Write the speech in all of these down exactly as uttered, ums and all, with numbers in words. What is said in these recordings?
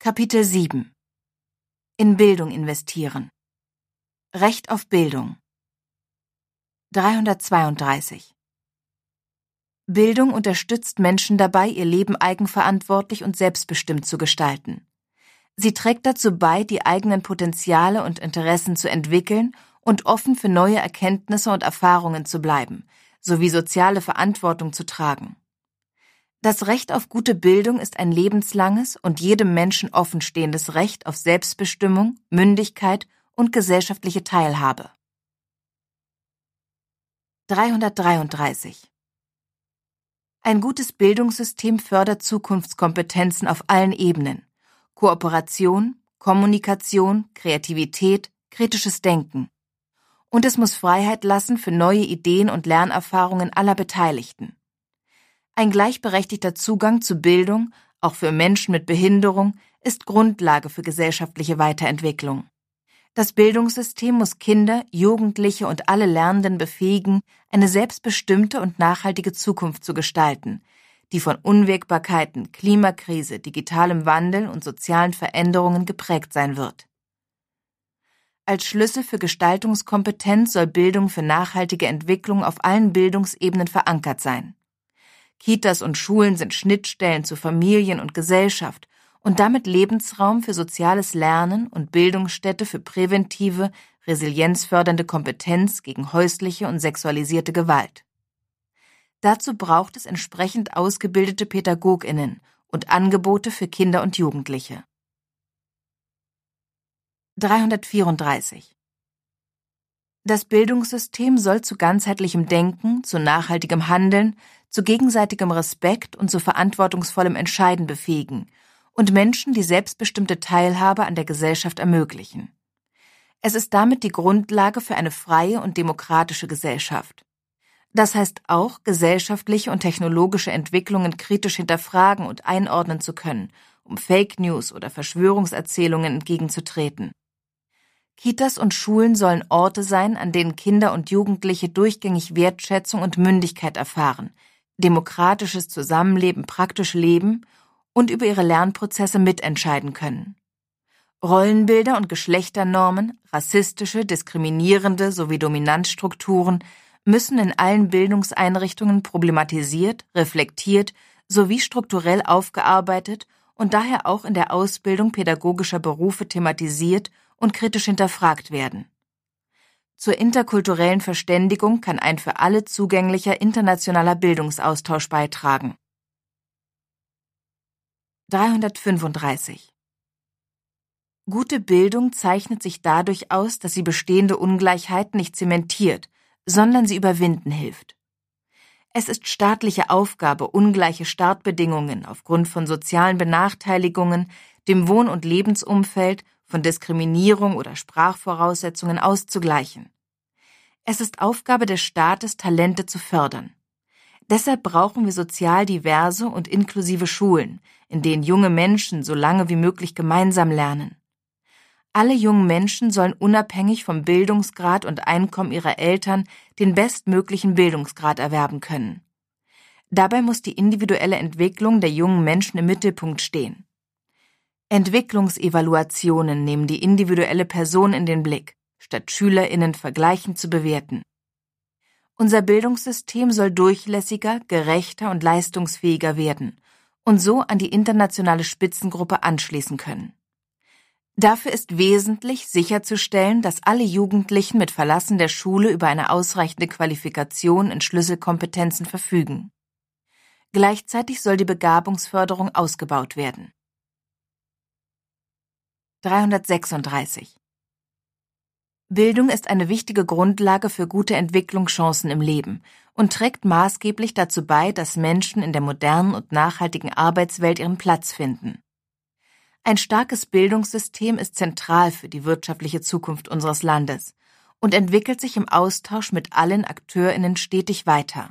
Kapitel sieben. In Bildung investieren. Recht auf Bildung. dreihundertzweiunddreißig. Bildung unterstützt Menschen dabei, ihr Leben eigenverantwortlich und selbstbestimmt zu gestalten. Sie trägt dazu bei, die eigenen Potenziale und Interessen zu entwickeln und offen für neue Erkenntnisse und Erfahrungen zu bleiben, sowie soziale Verantwortung zu tragen. Das Recht auf gute Bildung ist ein lebenslanges und jedem Menschen offenstehendes Recht auf Selbstbestimmung, Mündigkeit und gesellschaftliche Teilhabe. dreihundertdreiunddreißig. Ein gutes Bildungssystem fördert Zukunftskompetenzen auf allen Ebenen: Kooperation, Kommunikation, Kreativität, kritisches Denken. Und es muss Freiheit lassen für neue Ideen und Lernerfahrungen aller Beteiligten. Ein gleichberechtigter Zugang zu Bildung, auch für Menschen mit Behinderung, ist Grundlage für gesellschaftliche Weiterentwicklung. Das Bildungssystem muss Kinder, Jugendliche und alle Lernenden befähigen, eine selbstbestimmte und nachhaltige Zukunft zu gestalten, die von Unwägbarkeiten, Klimakrise, digitalem Wandel und sozialen Veränderungen geprägt sein wird. Als Schlüssel für Gestaltungskompetenz soll Bildung für nachhaltige Entwicklung auf allen Bildungsebenen verankert sein. Kitas und Schulen sind Schnittstellen zu Familien und Gesellschaft und damit Lebensraum für soziales Lernen und Bildungsstätte für präventive, resilienzfördernde Kompetenz gegen häusliche und sexualisierte Gewalt. Dazu braucht es entsprechend ausgebildete PädagogInnen und Angebote für Kinder und Jugendliche. dreihundertvierunddreißig. Das Bildungssystem soll zu ganzheitlichem Denken, zu nachhaltigem Handeln, zu gegenseitigem Respekt und zu verantwortungsvollem Entscheiden befähigen und Menschen die selbstbestimmte Teilhabe an der Gesellschaft ermöglichen. Es ist damit die Grundlage für eine freie und demokratische Gesellschaft. Das heißt auch, gesellschaftliche und technologische Entwicklungen kritisch hinterfragen und einordnen zu können, um Fake News oder Verschwörungserzählungen entgegenzutreten. Kitas und Schulen sollen Orte sein, an denen Kinder und Jugendliche durchgängig Wertschätzung und Mündigkeit erfahren, demokratisches Zusammenleben praktisch leben und über ihre Lernprozesse mitentscheiden können. Rollenbilder und Geschlechternormen, rassistische, diskriminierende sowie Dominanzstrukturen müssen in allen Bildungseinrichtungen problematisiert, reflektiert sowie strukturell aufgearbeitet und daher auch in der Ausbildung pädagogischer Berufe thematisiert und kritisch hinterfragt werden. Zur interkulturellen Verständigung kann ein für alle zugänglicher internationaler Bildungsaustausch beitragen. dreihundertfünfunddreißig. Gute Bildung zeichnet sich dadurch aus, dass sie bestehende Ungleichheiten nicht zementiert, sondern sie überwinden hilft. Es ist staatliche Aufgabe, ungleiche Startbedingungen aufgrund von sozialen Benachteiligungen, dem Wohn- und Lebensumfeld, von Diskriminierung oder Sprachvoraussetzungen auszugleichen. Es ist Aufgabe des Staates, Talente zu fördern. Deshalb brauchen wir sozial diverse und inklusive Schulen, in denen junge Menschen so lange wie möglich gemeinsam lernen. Alle jungen Menschen sollen unabhängig vom Bildungsgrad und Einkommen ihrer Eltern den bestmöglichen Bildungsgrad erwerben können. Dabei muss die individuelle Entwicklung der jungen Menschen im Mittelpunkt stehen. Entwicklungsevaluationen nehmen die individuelle Person in den Blick, statt SchülerInnen vergleichend zu bewerten. Unser Bildungssystem soll durchlässiger, gerechter und leistungsfähiger werden und so an die internationale Spitzengruppe anschließen können. Dafür ist wesentlich, sicherzustellen, dass alle Jugendlichen mit Verlassen der Schule über eine ausreichende Qualifikation in Schlüsselkompetenzen verfügen. Gleichzeitig soll die Begabungsförderung ausgebaut werden. dreihundertsechsunddreißig. Bildung ist eine wichtige Grundlage für gute Entwicklungschancen im Leben und trägt maßgeblich dazu bei, dass Menschen in der modernen und nachhaltigen Arbeitswelt ihren Platz finden. Ein starkes Bildungssystem ist zentral für die wirtschaftliche Zukunft unseres Landes und entwickelt sich im Austausch mit allen AkteurInnen stetig weiter.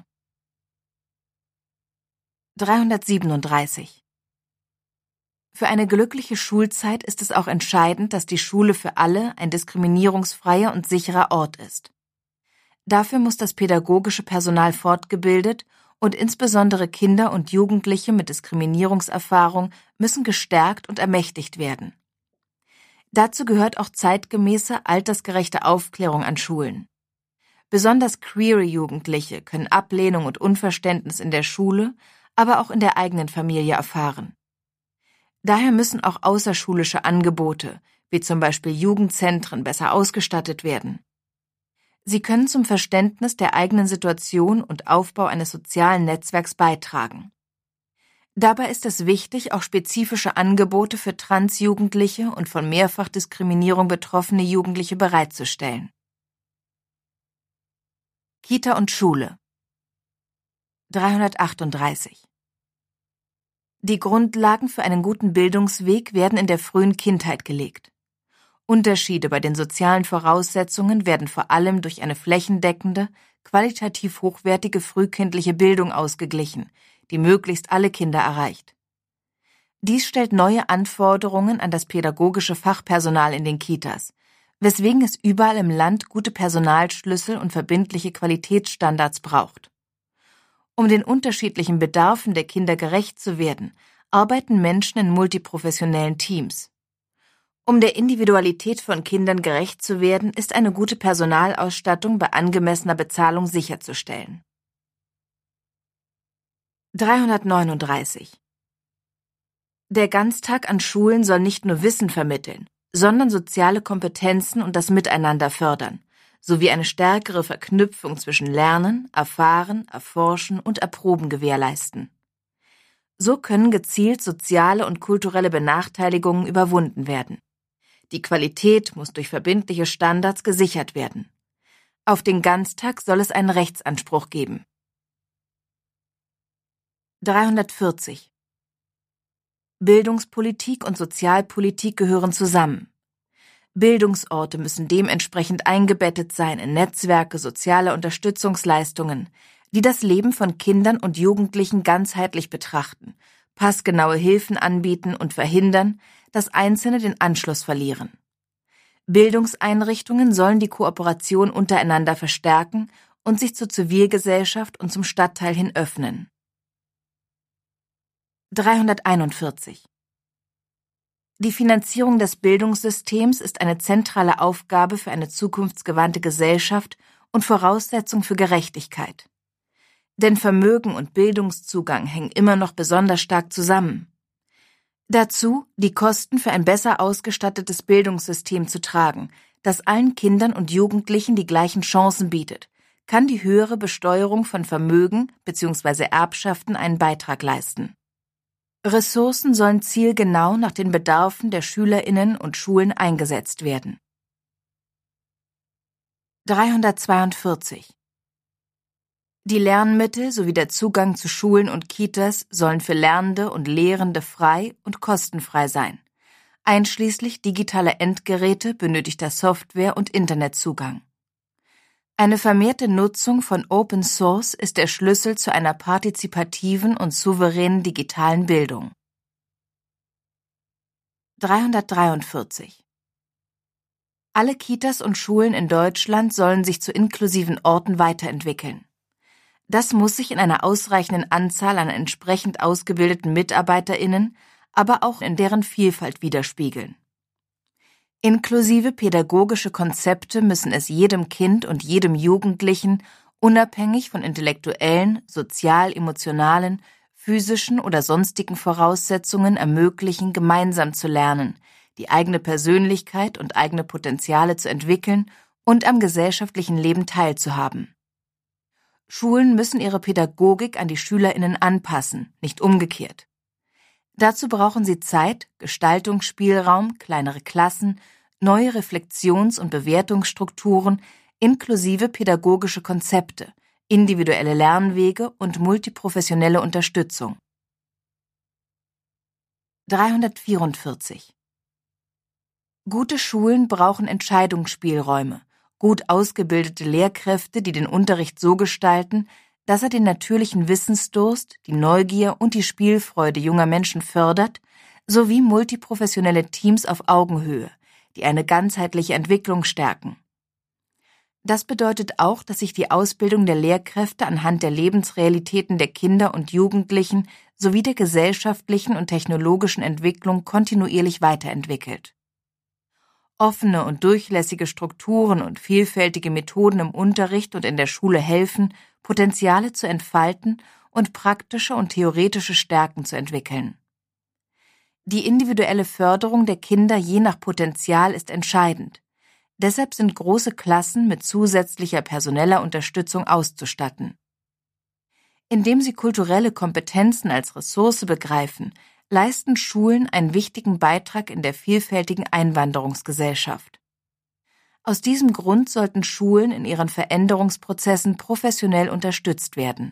dreihundertsiebenunddreißig. Für eine glückliche Schulzeit ist es auch entscheidend, dass die Schule für alle ein diskriminierungsfreier und sicherer Ort ist. Dafür muss das pädagogische Personal fortgebildet und insbesondere Kinder und Jugendliche mit Diskriminierungserfahrung müssen gestärkt und ermächtigt werden. Dazu gehört auch zeitgemäße, altersgerechte Aufklärung an Schulen. Besonders queere Jugendliche können Ablehnung und Unverständnis in der Schule, aber auch in der eigenen Familie erfahren. Daher müssen auch außerschulische Angebote, wie zum Beispiel Jugendzentren, besser ausgestattet werden. Sie können zum Verständnis der eigenen Situation und Aufbau eines sozialen Netzwerks beitragen. Dabei ist es wichtig, auch spezifische Angebote für Transjugendliche und von Mehrfachdiskriminierung betroffene Jugendliche bereitzustellen. Kita und Schule. dreihundertachtunddreißig. Die Grundlagen für einen guten Bildungsweg werden in der frühen Kindheit gelegt. Unterschiede bei den sozialen Voraussetzungen werden vor allem durch eine flächendeckende, qualitativ hochwertige frühkindliche Bildung ausgeglichen, die möglichst alle Kinder erreicht. Dies stellt neue Anforderungen an das pädagogische Fachpersonal in den Kitas, weswegen es überall im Land gute Personalschlüssel und verbindliche Qualitätsstandards braucht. Um den unterschiedlichen Bedarfen der Kinder gerecht zu werden, arbeiten Menschen in multiprofessionellen Teams. Um der Individualität von Kindern gerecht zu werden, ist eine gute Personalausstattung bei angemessener Bezahlung sicherzustellen. dreihundertneununddreißig. Der Ganztag an Schulen soll nicht nur Wissen vermitteln, sondern soziale Kompetenzen und das Miteinander fördern, sowie eine stärkere Verknüpfung zwischen Lernen, Erfahren, Erforschen und Erproben gewährleisten. So können gezielt soziale und kulturelle Benachteiligungen überwunden werden. Die Qualität muss durch verbindliche Standards gesichert werden. Auf den Ganztag soll es einen Rechtsanspruch geben. dreihundertvierzig. Bildungspolitik und Sozialpolitik gehören zusammen. Bildungsorte müssen dementsprechend eingebettet sein in Netzwerke sozialer Unterstützungsleistungen, die das Leben von Kindern und Jugendlichen ganzheitlich betrachten, passgenaue Hilfen anbieten und verhindern, dass Einzelne den Anschluss verlieren. Bildungseinrichtungen sollen die Kooperation untereinander verstärken und sich zur Zivilgesellschaft und zum Stadtteil hin öffnen. dreihunderteinundvierzig. Die Finanzierung des Bildungssystems ist eine zentrale Aufgabe für eine zukunftsgewandte Gesellschaft und Voraussetzung für Gerechtigkeit. Denn Vermögen und Bildungszugang hängen immer noch besonders stark zusammen. Dazu die Kosten für ein besser ausgestattetes Bildungssystem zu tragen, das allen Kindern und Jugendlichen die gleichen Chancen bietet, kann die höhere Besteuerung von Vermögen bzw. Erbschaften einen Beitrag leisten. Ressourcen sollen zielgenau nach den Bedarfen der SchülerInnen und Schulen eingesetzt werden. dreihundertzweiundvierzig. Die Lernmittel sowie der Zugang zu Schulen und Kitas sollen für Lernende und Lehrende frei und kostenfrei sein, einschließlich digitaler Endgeräte, benötigter Software und Internetzugang. Eine vermehrte Nutzung von Open Source ist der Schlüssel zu einer partizipativen und souveränen digitalen Bildung. dreihundertdreiundvierzig. Alle Kitas und Schulen in Deutschland sollen sich zu inklusiven Orten weiterentwickeln. Das muss sich in einer ausreichenden Anzahl an entsprechend ausgebildeten MitarbeiterInnen, aber auch in deren Vielfalt widerspiegeln. Inklusive pädagogische Konzepte müssen es jedem Kind und jedem Jugendlichen unabhängig von intellektuellen, sozial-emotionalen, physischen oder sonstigen Voraussetzungen ermöglichen, gemeinsam zu lernen, die eigene Persönlichkeit und eigene Potenziale zu entwickeln und am gesellschaftlichen Leben teilzuhaben. Schulen müssen ihre Pädagogik an die SchülerInnen anpassen, nicht umgekehrt. Dazu brauchen sie Zeit, Gestaltungsspielraum, kleinere Klassen, neue Reflexions- und Bewertungsstrukturen inklusive pädagogische Konzepte, individuelle Lernwege und multiprofessionelle Unterstützung. dreihundertvierundvierzig. Gute Schulen brauchen Entscheidungsspielräume, gut ausgebildete Lehrkräfte, die den Unterricht so gestalten, dass er den natürlichen Wissensdurst, die Neugier und die Spielfreude junger Menschen fördert, sowie multiprofessionelle Teams auf Augenhöhe, die eine ganzheitliche Entwicklung stärken. Das bedeutet auch, dass sich die Ausbildung der Lehrkräfte anhand der Lebensrealitäten der Kinder und Jugendlichen sowie der gesellschaftlichen und technologischen Entwicklung kontinuierlich weiterentwickelt. Offene und durchlässige Strukturen und vielfältige Methoden im Unterricht und in der Schule helfen, Potenziale zu entfalten und praktische und theoretische Stärken zu entwickeln. Die individuelle Förderung der Kinder je nach Potenzial ist entscheidend. Deshalb sind große Klassen mit zusätzlicher personeller Unterstützung auszustatten. Indem sie kulturelle Kompetenzen als Ressource begreifen, leisten Schulen einen wichtigen Beitrag in der vielfältigen Einwanderungsgesellschaft. Aus diesem Grund sollten Schulen in ihren Veränderungsprozessen professionell unterstützt werden.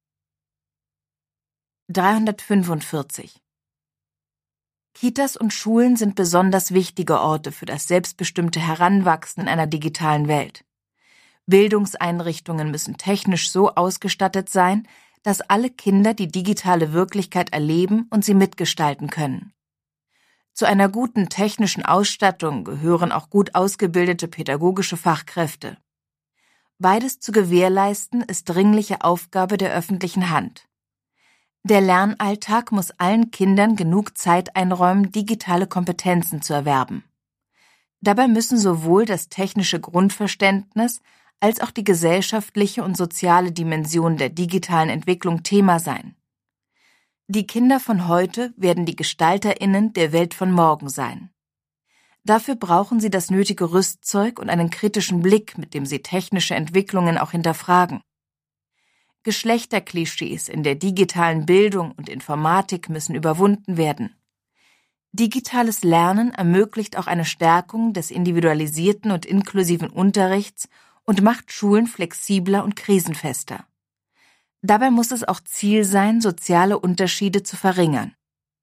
dreihundertfünfundvierzig. Kitas und Schulen sind besonders wichtige Orte für das selbstbestimmte Heranwachsen in einer digitalen Welt. Bildungseinrichtungen müssen technisch so ausgestattet sein, dass alle Kinder die digitale Wirklichkeit erleben und sie mitgestalten können. Zu einer guten technischen Ausstattung gehören auch gut ausgebildete pädagogische Fachkräfte. Beides zu gewährleisten ist dringliche Aufgabe der öffentlichen Hand. Der Lernalltag muss allen Kindern genug Zeit einräumen, digitale Kompetenzen zu erwerben. Dabei müssen sowohl das technische Grundverständnis als auch die gesellschaftliche und soziale Dimension der digitalen Entwicklung Thema sein. Die Kinder von heute werden die GestalterInnen der Welt von morgen sein. Dafür brauchen sie das nötige Rüstzeug und einen kritischen Blick, mit dem sie technische Entwicklungen auch hinterfragen. Geschlechterklischees in der digitalen Bildung und Informatik müssen überwunden werden. Digitales Lernen ermöglicht auch eine Stärkung des individualisierten und inklusiven Unterrichts und macht Schulen flexibler und krisenfester. Dabei muss es auch Ziel sein, soziale Unterschiede zu verringern.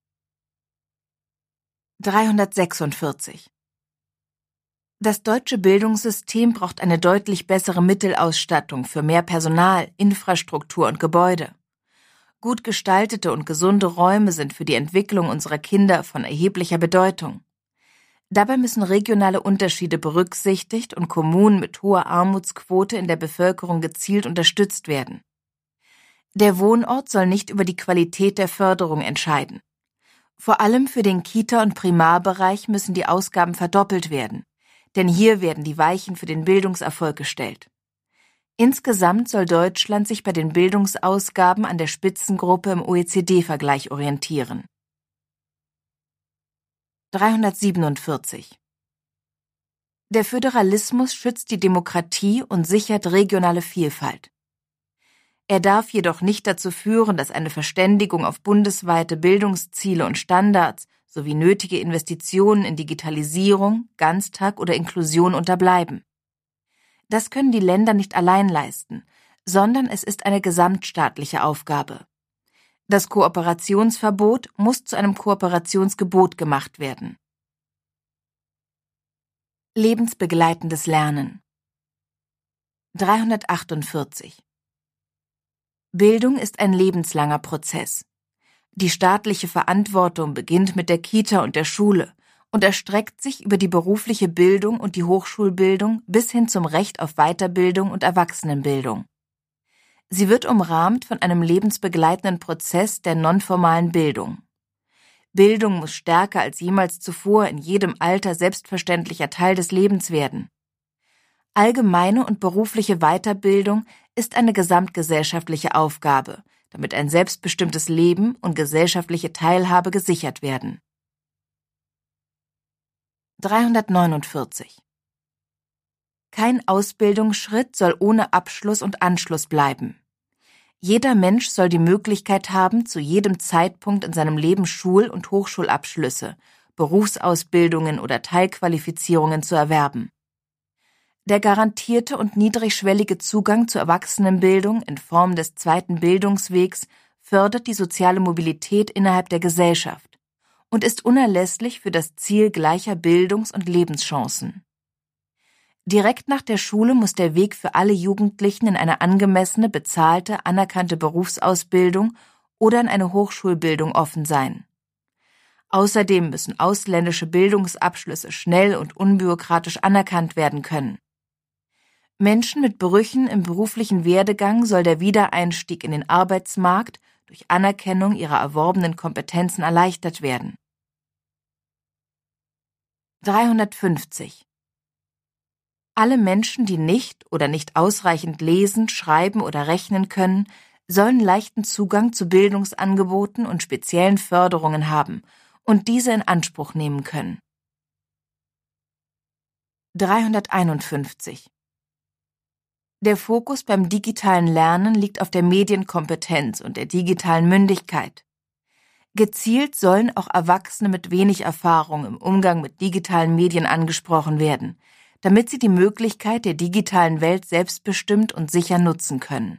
dreihundertsechsundvierzig. Das deutsche Bildungssystem braucht eine deutlich bessere Mittelausstattung für mehr Personal, Infrastruktur und Gebäude. Gut gestaltete und gesunde Räume sind für die Entwicklung unserer Kinder von erheblicher Bedeutung. Dabei müssen regionale Unterschiede berücksichtigt und Kommunen mit hoher Armutsquote in der Bevölkerung gezielt unterstützt werden. Der Wohnort soll nicht über die Qualität der Förderung entscheiden. Vor allem für den Kita- und Primarbereich müssen die Ausgaben verdoppelt werden. Denn hier werden die Weichen für den Bildungserfolg gestellt. Insgesamt soll Deutschland sich bei den Bildungsausgaben an der Spitzengruppe im O E C D-Vergleich orientieren. dreihundertsiebenundvierzig. Der Föderalismus schützt die Demokratie und sichert regionale Vielfalt. Er darf jedoch nicht dazu führen, dass eine Verständigung auf bundesweite Bildungsziele und Standards sowie nötige Investitionen in Digitalisierung, Ganztag oder Inklusion unterbleiben. Das können die Länder nicht allein leisten, sondern es ist eine gesamtstaatliche Aufgabe. Das Kooperationsverbot muss zu einem Kooperationsgebot gemacht werden. Lebensbegleitendes Lernen. dreihundertachtundvierzig. Bildung ist ein lebenslanger Prozess. Die staatliche Verantwortung beginnt mit der Kita und der Schule und erstreckt sich über die berufliche Bildung und die Hochschulbildung bis hin zum Recht auf Weiterbildung und Erwachsenenbildung. Sie wird umrahmt von einem lebensbegleitenden Prozess der nonformalen Bildung. Bildung muss stärker als jemals zuvor in jedem Alter selbstverständlicher Teil des Lebens werden. Allgemeine und berufliche Weiterbildung ist eine gesamtgesellschaftliche Aufgabe, damit ein selbstbestimmtes Leben und gesellschaftliche Teilhabe gesichert werden. dreihundertneunundvierzig. Kein Ausbildungsschritt soll ohne Abschluss und Anschluss bleiben. Jeder Mensch soll die Möglichkeit haben, zu jedem Zeitpunkt in seinem Leben Schul- und Hochschulabschlüsse, Berufsausbildungen oder Teilqualifizierungen zu erwerben. Der garantierte und niedrigschwellige Zugang zur Erwachsenenbildung in Form des zweiten Bildungswegs fördert die soziale Mobilität innerhalb der Gesellschaft und ist unerlässlich für das Ziel gleicher Bildungs- und Lebenschancen. Direkt nach der Schule muss der Weg für alle Jugendlichen in eine angemessene, bezahlte, anerkannte Berufsausbildung oder in eine Hochschulbildung offen sein. Außerdem müssen ausländische Bildungsabschlüsse schnell und unbürokratisch anerkannt werden können. Menschen mit Brüchen im beruflichen Werdegang soll der Wiedereinstieg in den Arbeitsmarkt durch Anerkennung ihrer erworbenen Kompetenzen erleichtert werden. dreihundertfünfzig. Alle Menschen, die nicht oder nicht ausreichend lesen, schreiben oder rechnen können, sollen leichten Zugang zu Bildungsangeboten und speziellen Förderungen haben und diese in Anspruch nehmen können. dreihunderteinundfünfzig. Der Fokus beim digitalen Lernen liegt auf der Medienkompetenz und der digitalen Mündigkeit. Gezielt sollen auch Erwachsene mit wenig Erfahrung im Umgang mit digitalen Medien angesprochen werden, damit sie die Möglichkeit der digitalen Welt selbstbestimmt und sicher nutzen können.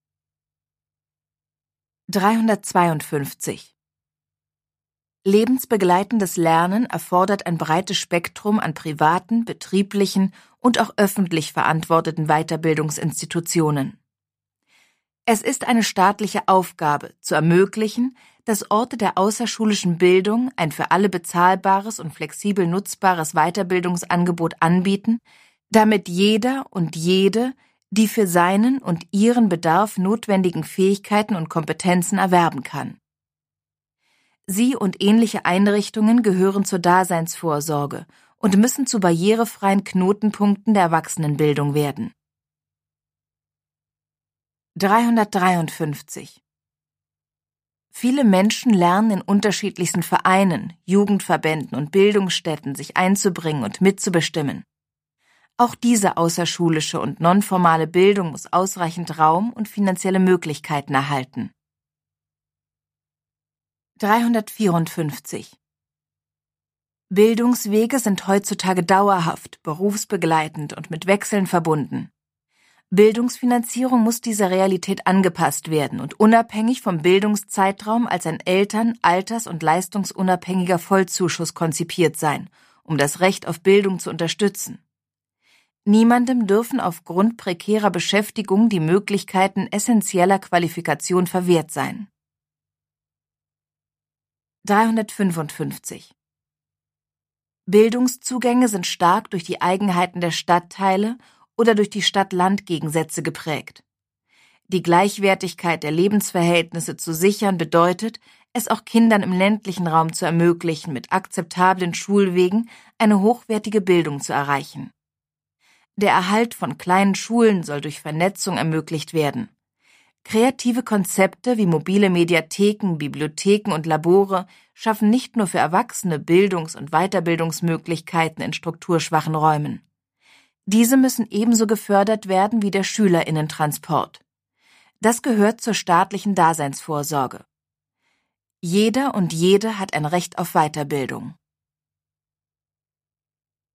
dreihundertzweiundfünfzig. Lebensbegleitendes Lernen erfordert ein breites Spektrum an privaten, betrieblichen und auch öffentlich verantworteten Weiterbildungsinstitutionen. Es ist eine staatliche Aufgabe, zu ermöglichen, dass Orte der außerschulischen Bildung ein für alle bezahlbares und flexibel nutzbares Weiterbildungsangebot anbieten, damit jeder und jede die für seinen und ihren Bedarf notwendigen Fähigkeiten und Kompetenzen erwerben kann. Sie und ähnliche Einrichtungen gehören zur Daseinsvorsorge und müssen zu barrierefreien Knotenpunkten der Erwachsenenbildung werden. dreihundertdreiundfünfzig. Viele Menschen lernen in unterschiedlichsten Vereinen, Jugendverbänden und Bildungsstätten sich einzubringen und mitzubestimmen. Auch diese außerschulische und nonformale Bildung muss ausreichend Raum und finanzielle Möglichkeiten erhalten. dreihundertvierundfünfzig. Bildungswege sind heutzutage dauerhaft, berufsbegleitend und mit Wechseln verbunden. Bildungsfinanzierung muss dieser Realität angepasst werden und unabhängig vom Bildungszeitraum als ein eltern-, alters- und leistungsunabhängiger Vollzuschuss konzipiert sein, um das Recht auf Bildung zu unterstützen. Niemandem dürfen aufgrund prekärer Beschäftigung die Möglichkeiten essentieller Qualifikation verwehrt sein. dreihundertfünfundfünfzig. Bildungszugänge sind stark durch die Eigenheiten der Stadtteile oder durch die Stadt-Land-Gegensätze geprägt. Die Gleichwertigkeit der Lebensverhältnisse zu sichern bedeutet, es auch Kindern im ländlichen Raum zu ermöglichen, mit akzeptablen Schulwegen eine hochwertige Bildung zu erreichen. Der Erhalt von kleinen Schulen soll durch Vernetzung ermöglicht werden. Kreative Konzepte wie mobile Mediatheken, Bibliotheken und Labore schaffen nicht nur für Erwachsene Bildungs- und Weiterbildungsmöglichkeiten in strukturschwachen Räumen. Diese müssen ebenso gefördert werden wie der SchülerInnentransport. Das gehört zur staatlichen Daseinsvorsorge. Jeder und jede hat ein Recht auf Weiterbildung.